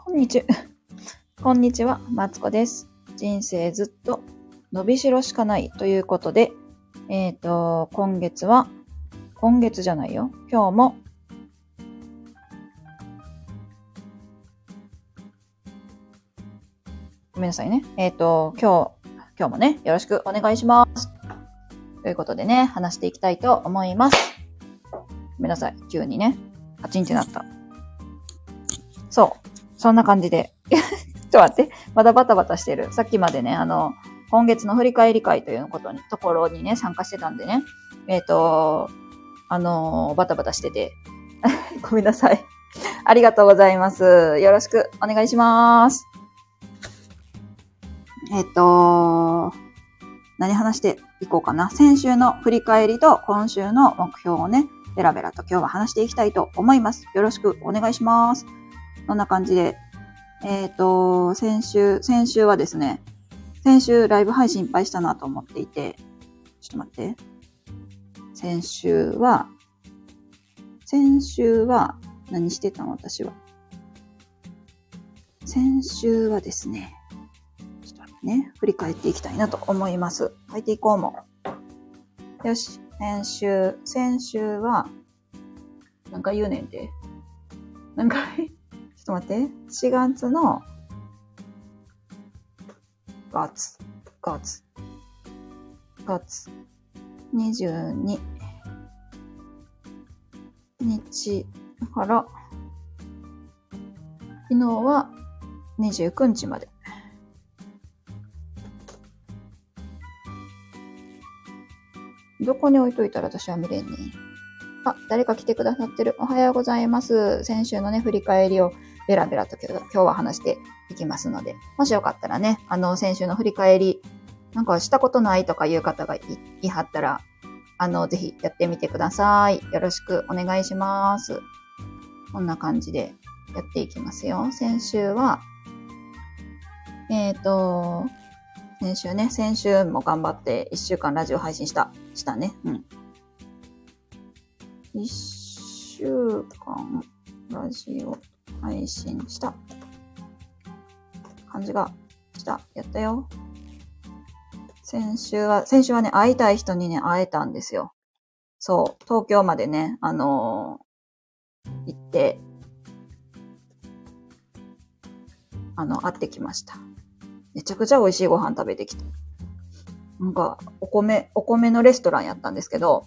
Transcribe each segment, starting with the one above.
こんにちは。こんにちは、マツコです。人生ずっと伸びしろしかないということで、今月じゃないよ。今日も、ごめんなさいね。今日もね、よろしくお願いします。ということでね、話していきたいと思います。ごめんなさい。急にね、パチンってなった。そう。そんな感じで。ちょっと待って。まだバタバタしてる。さっきまでね、今月の振り返り会というところにね、参加してたんでね。バタバタしてて。ごめんなさい。ありがとうございます。よろしくお願いします。何話していこうかな。先週の振り返りと今週の目標をね、ベラベラと今日は話していきたいと思います。よろしくお願いします。そんな感じで、先週はですね、先週ライブ配信いっぱいしたなと思っていて、ちょっと待って。先週は何してたの私は。先週はですね、ちょっと待ってね、振り返っていきたいなと思います。書いていこうも。よし、先週は、なんか言うねんて。なんか、ちょっと待って。4月の月22日から、昨日は29日まで。どこに置いといたら私は見れんねん。あ、誰か来てくださってる。おはようございます。先週のね、振り返りをベラベラと今日は話していきますので、もしよかったらね、先週の振り返り、なんかしたことないとかいう方がいはったら、ぜひやってみてください。よろしくお願いします。こんな感じでやっていきますよ。先週は、先週も頑張って1週間ラジオ配信したね。うん。1週間ラジオ配信した感じがした。やったよ。先週はね、会いたい人にね、会えたんですよ。そう、東京までね、行って、会ってきました。めちゃくちゃ美味しいご飯食べてきた。なんか、お米のレストランやったんですけど、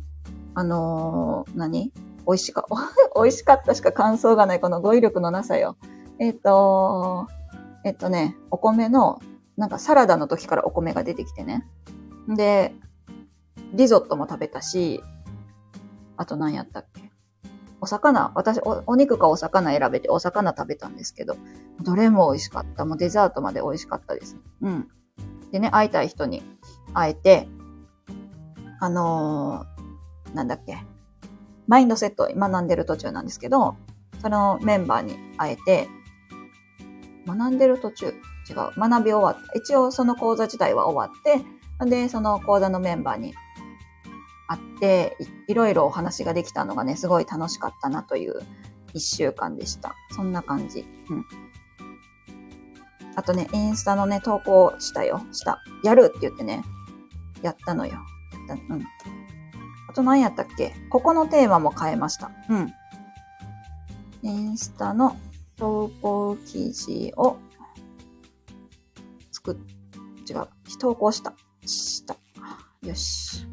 美味しかったしか感想がない、この語彙力のなさよ。お米の、なんかサラダの時からお米が出てきてね。で、リゾットも食べたし、あと何やったっけ？お魚、私お肉かお魚選べてお魚食べたんですけど、どれも美味しかった。もうデザートまで美味しかったです。うん。でね、会いたい人に会えて、なんだっけ、マインドセット学んでる途中なんですけど、そのメンバーに会えて、学んでる途中、違う、学び終わった。一応その講座自体は終わって、で、その講座のメンバーに会って、いろいろお話ができたのがね、すごい楽しかったなという1週間でした。そんな感じ。うん。あとね、インスタのね、投稿した。やるって言ってね、やったのよ。うん。あと何やったっけ？ここのテーマも変えました。うん。インスタの投稿記事を投稿した。よし。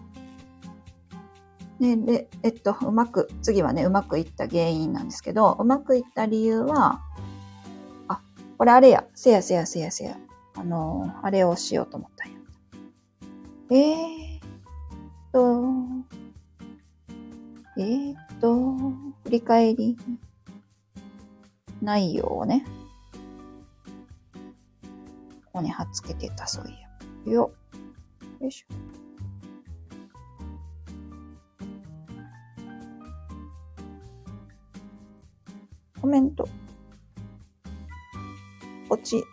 で、次はね、うまくいった原因なんですけど、うまくいった理由は、これあれや。せや。あれをしようと思ったんや。振り返り内容をね、ここに貼っつけてた、そういや。よいしょ。コメント。ポチ。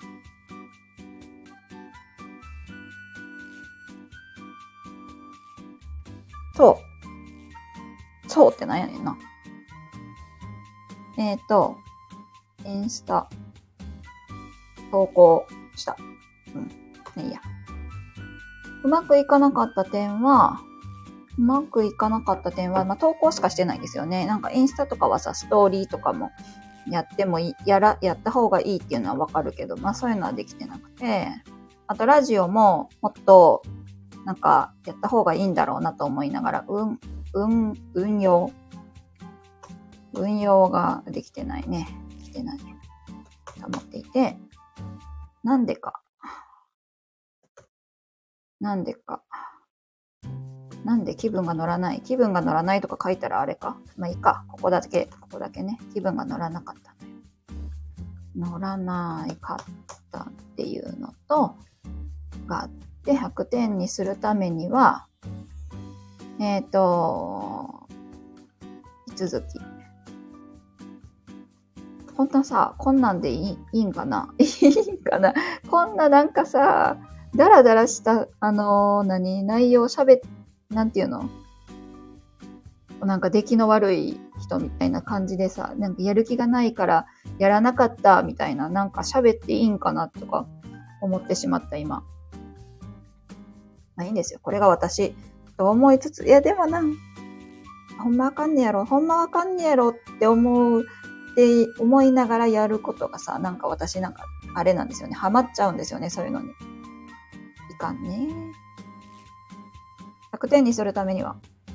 そうってなんやねんな。 インスタ投稿した。いいや。うまくいかなかった点は、まあ、投稿しかしてないんですよね。なんかインスタとかはさ、ストーリーとかもやってもいい、やった方がいいっていうのはわかるけど、まあそういうのはできてなくて、あとラジオももっと、なんかやった方がいいんだろうなと思いながら、運用ができてないね。と思っていて、なんで気分が乗らないとか書いたらあれか。まあいいか。ここだけね。気分が乗らなかった。乗らなかったっていうのと、があって、100点にするためには、引き続き。こんなんでいいんかなこんななんかさ、だらだらした、内容なんていうのなんか出来の悪い人みたいな感じでさ、なんかやる気がないからやらなかったみたいな、なんか喋っていいんかなとか思ってしまった今。まあいいんですよ。これが私と思いつつ、いやでもほんまわかんねやろって思いながらやることがさ、なんか私あれなんですよね。ハマっちゃうんですよね、そういうのに。いかんね。100点にするためには、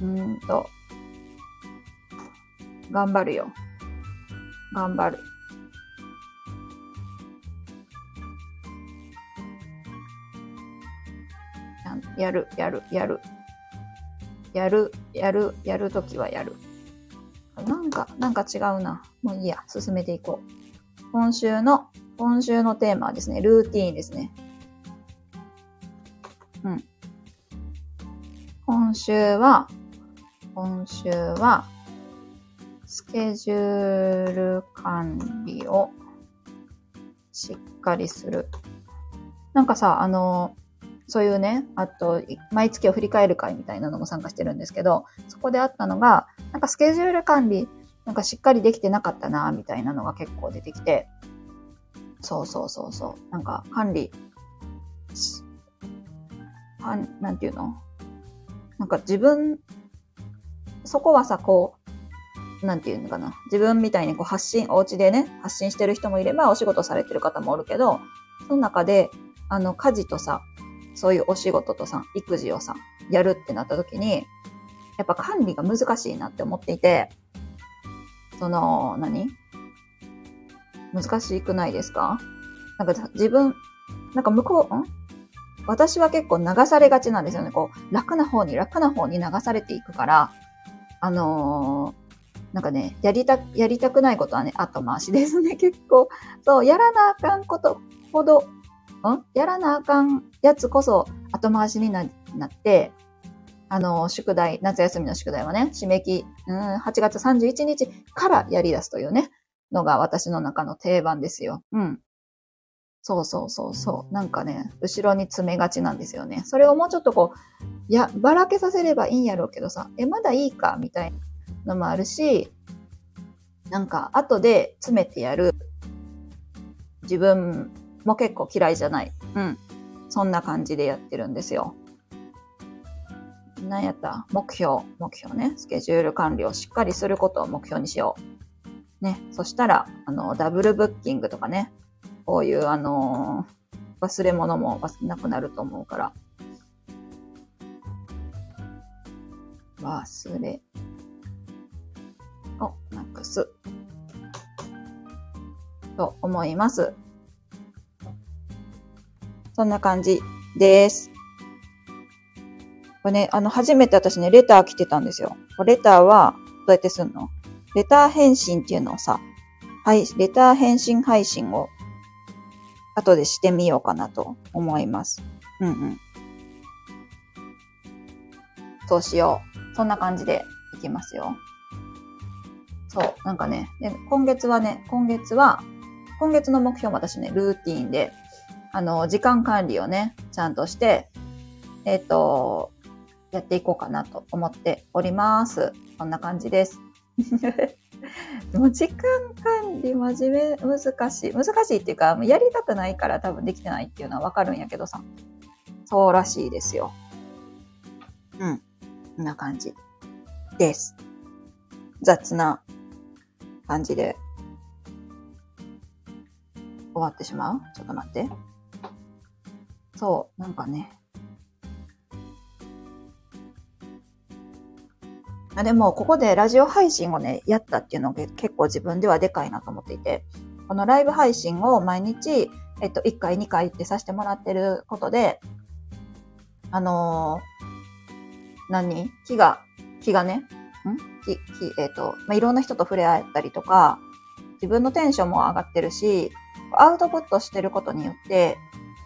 頑張るよ。頑張る。やるときはやる。なんか違うな。もういいや、進めていこう。今週のテーマはですね、ルーティーンですね。今週は、スケジュール管理をしっかりする。なんかさ、そういうね、あと、毎月を振り返る会みたいなのも参加してるんですけど、そこであったのが、なんかスケジュール管理、なんかしっかりできてなかったな、みたいなのが結構出てきて、そう。なんか管理、なんていうの？なんかそこはさ、こう、なんていうのかな。自分みたいにこうお家でね、発信してる人もいれば、お仕事されてる方もおるけど、その中で、家事とさ、そういうお仕事とさ、育児をさ、やるってなった時に、やっぱ管理が難しいなって思っていて、難しくないですか？なんか私は結構流されがちなんですよね。こう、楽な方に流されていくから、なんかね、やりたくないことはね、後回しですね、結構。そう、やらなあかんやつこそ後回しになって、夏休みの宿題はね、締め切り、8月31日からやり出すというね、のが私の中の定番ですよ。そう。なんかね、後ろに詰めがちなんですよね。それをもうちょっとこう、ばらけさせればいいんやろうけどさ、まだいいか、みたいなのもあるし、なんか、後で詰めてやる自分も結構嫌いじゃない。そんな感じでやってるんですよ。何やった目標ね。スケジュール管理をしっかりすることを目標にしよう。ね。そしたら、ダブルブッキングとかね。こういう、忘れ物もなくなると思うから。忘れをなくす。と思います。そんな感じです。これね、初めて私ね、レター来てたんですよ。レターは、どうやってすんの？レター返信っていうのをさ、レター返信配信を、後でしてみようかなと思います。そうしよう。そんな感じでいきますよ。そう、なんかね、今月の目標も私ね、ルーティーンで、時間管理をね、ちゃんとして、やっていこうかなと思っております。こんな感じです。 でも時間管理真面目、難しい。難しいっていうか、やりたくないから多分できてないっていうのはわかるんやけどさ。そうらしいですよ。うん。こんな感じです。雑な感じで終わってしまう？ちょっと待って。そう、なんかね。でも、ここでラジオ配信をね、やったっていうのが結構自分ではでかいなと思っていて、このライブ配信を毎日、1回、2回ってさせてもらってることで、気がね、いろんな人と触れ合えたりとか、自分のテンションも上がってるし、アウトプットしてることによって、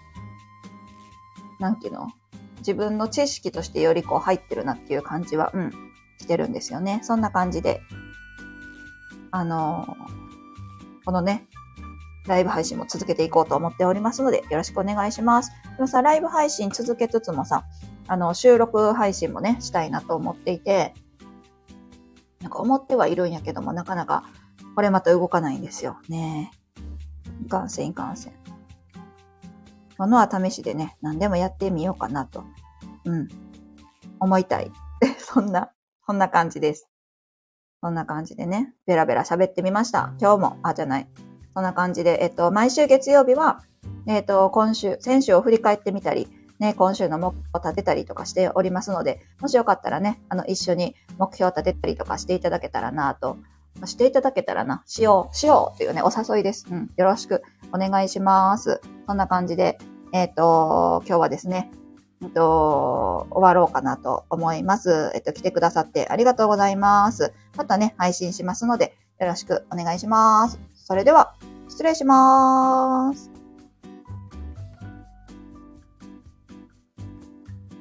自分の知識としてよりこう入ってるなっていう感じは、してるんですよね。そんな感じで、このね、ライブ配信も続けていこうと思っておりますので、よろしくお願いします。でもさ、ライブ配信続けつつもさ、収録配信もね、したいなと思っていて、なんか思ってはいるんやけども、なかなか、これまた動かないんですよ。ねえ。いかんせん。ものは試しでね、何でもやってみようかなと、思いたい。そんな感じです。そんな感じでね、ベラベラ喋ってみました。今日も、そんな感じで、毎週月曜日は、先週を振り返ってみたり、ね、今週の目標を立てたりとかしておりますので、もしよかったらね、一緒に目標を立てたりとかしていただけたらなと、しようというね、お誘いです。よろしくお願いします。そんな感じで、今日はですね、終わろうかなと思います。来てくださってありがとうございます。またね、配信しますので、よろしくお願いします。それでは、失礼します。